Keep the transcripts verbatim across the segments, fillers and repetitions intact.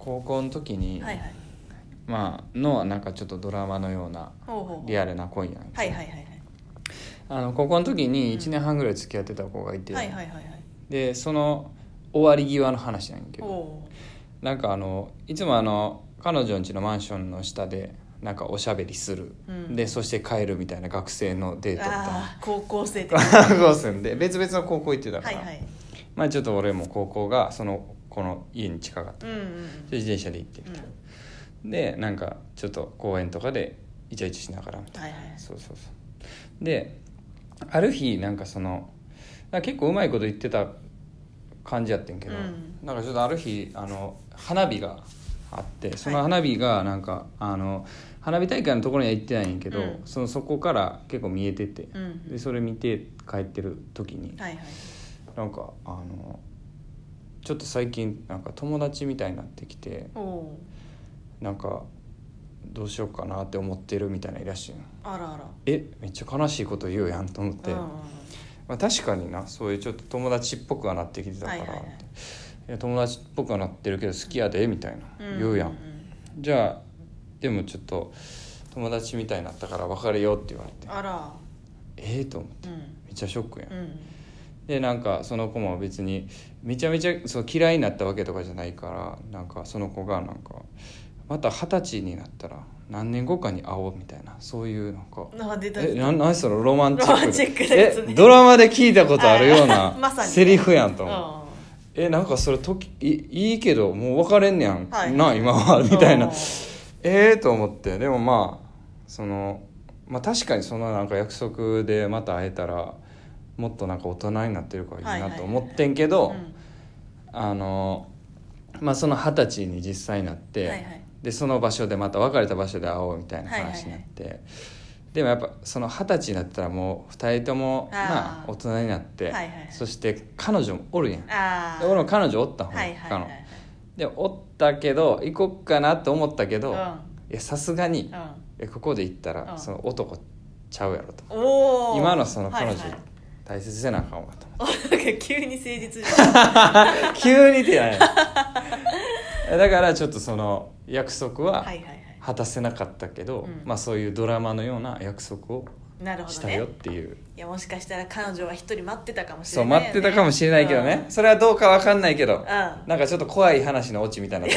高校の時に、 はいはい、 まあのなんかちょっとドラマのようなリアルな恋なんです、 はいはいはいはい、 あの高校の時にいちねんはんぐらい付き合ってた子がいて、 うん、はいはいはいはい、 でその終わり際の話なんやけど、なんかあのいつもあの彼女ん家のマンションの下でなんかおしゃべりする、うん、でそして帰るみたいな学生のデートみたいな、 高校生って高校生で別々の高校行ってたから、はいはい、まあちょっと俺も高校がそのこの家に近かった、うんうん、自転車で行ってみた、うん、でなんかちょっと公園とかでイチャイチャしながらみたいな、はいはい、そうそうそうである日なんかその結構うまいこと言ってた感じやってんけど、うん、なんかちょっとある日あの花火があって、その花火がなんか、はい、あの花火大会のところには行ってないんやけど、うん、そのそこから結構見えてて、うん、でそれ見て帰ってる時に、はいはい、なんかあのちょっと最近なんか友達みたいになってきて、なんかどうしようかなって思ってるみたいないらしいの。 あらあら、 えめっちゃ悲しいこと言うやんと思って、うん、まあ、確かになそういうちょっと友達っぽくはなってきてたから、はいはいはい、いや友達っぽくはなってるけど好きやでみたいな、うん、言うやん、うんうんうん、じゃあでもちょっと友達みたいになったから別れようって言われて、 あらええー、と思って、うん、めっちゃショックやん、 うん、 でなんかその子も別にめちゃめちゃそう嫌いになったわけとかじゃないから、なんかその子がなんかまた二十歳になったら何年後かに会おうみたいな、そういうなんかあ出たえな何そのロマンチックロマンチックなやつね、 えドラマで聞いたことあるようなまさにセリフやんと思う、 うん、 えなんかそれ時 い, いいけどもう別れんねやん、はい、な今はみたいなええと思って、でもまあそのまあ確かにそのなんか約束でまた会えたらもっとなんか大人になってるからいいなと思ってんけど、あのまあその二十歳に実際になって、はいはい、でその場所でまた別れた場所で会おうみたいな話になって、はいはいはい、でもやっぱその二十歳になったらもう二人ともまあ大人になって、はいはい、そして彼女もおるやん、で俺も彼女おったほん、はいはいはい、でおったけど行こっかなと思ったけど、さすがに、うん、ここで行ったら、うん、その男ちゃうやろと、 お今のその彼女、はいはい、大切せなあかんわと急に誠実じゃん急にってないだからちょっとその約束は果たせなかったけど、はいはいはい、まあ、そういうドラマのような約束をしたよっていう、ね、 いやもしかしたら彼女は一人待ってたかもしれないよね。 そう待ってたかもしれないけどね、うん、それはどうか分かんないけど、うん、なんかちょっと怖い話のオチみたいな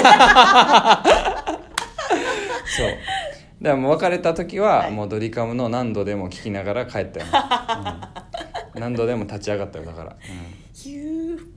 そうだからもう別れた時はもうドリカムの何度でも聴きながら帰ったよ、ね、うん、何度でも立ち上がったよだから、うん、